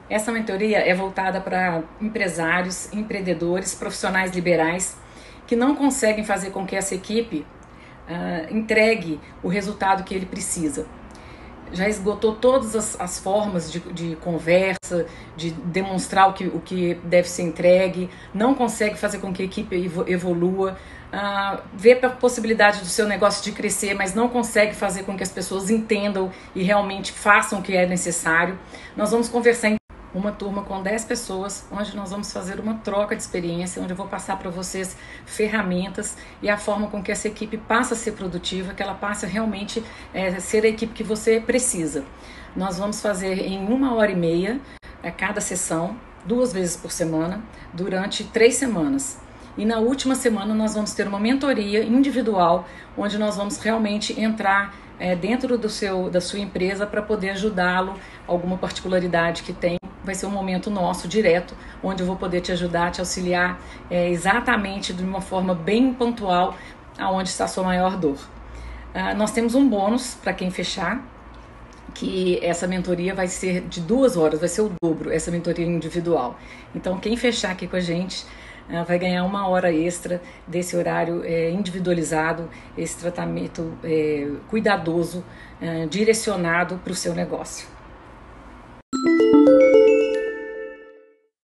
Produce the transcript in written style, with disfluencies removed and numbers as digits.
Essa mentoria é voltada para empresários, empreendedores, profissionais liberais que não conseguem fazer com que essa equipe entregue o resultado que ele precisa. Já esgotou todas as formas de conversa, de demonstrar o que deve ser entregue, não consegue fazer com que a equipe evolua, vê a possibilidade do seu negócio de crescer, mas não consegue fazer com que as pessoas entendam e realmente façam o que é necessário. Nós vamos conversar em uma turma com 10 pessoas, onde nós vamos fazer uma troca de experiência, onde eu vou passar para vocês ferramentas e a forma com que essa equipe passa a ser produtiva, que ela passe a realmente ser a equipe que você precisa. Nós vamos fazer em 1h30 a cada sessão, 2 vezes por semana, durante 3 semanas. E na última semana nós vamos ter uma mentoria individual, onde nós vamos realmente entrar dentro da sua empresa para poder ajudá-lo, alguma particularidade que tem. Vai ser um momento nosso, direto, onde eu vou poder te ajudar, te auxiliar exatamente de uma forma bem pontual aonde está a sua maior dor. Nós temos um bônus para quem fechar, que essa mentoria vai ser de 2 horas, vai ser o dobro, essa mentoria individual. Então, quem fechar aqui com a gente vai ganhar 1 hora extra desse horário individualizado, esse tratamento cuidadoso, direcionado para o seu negócio.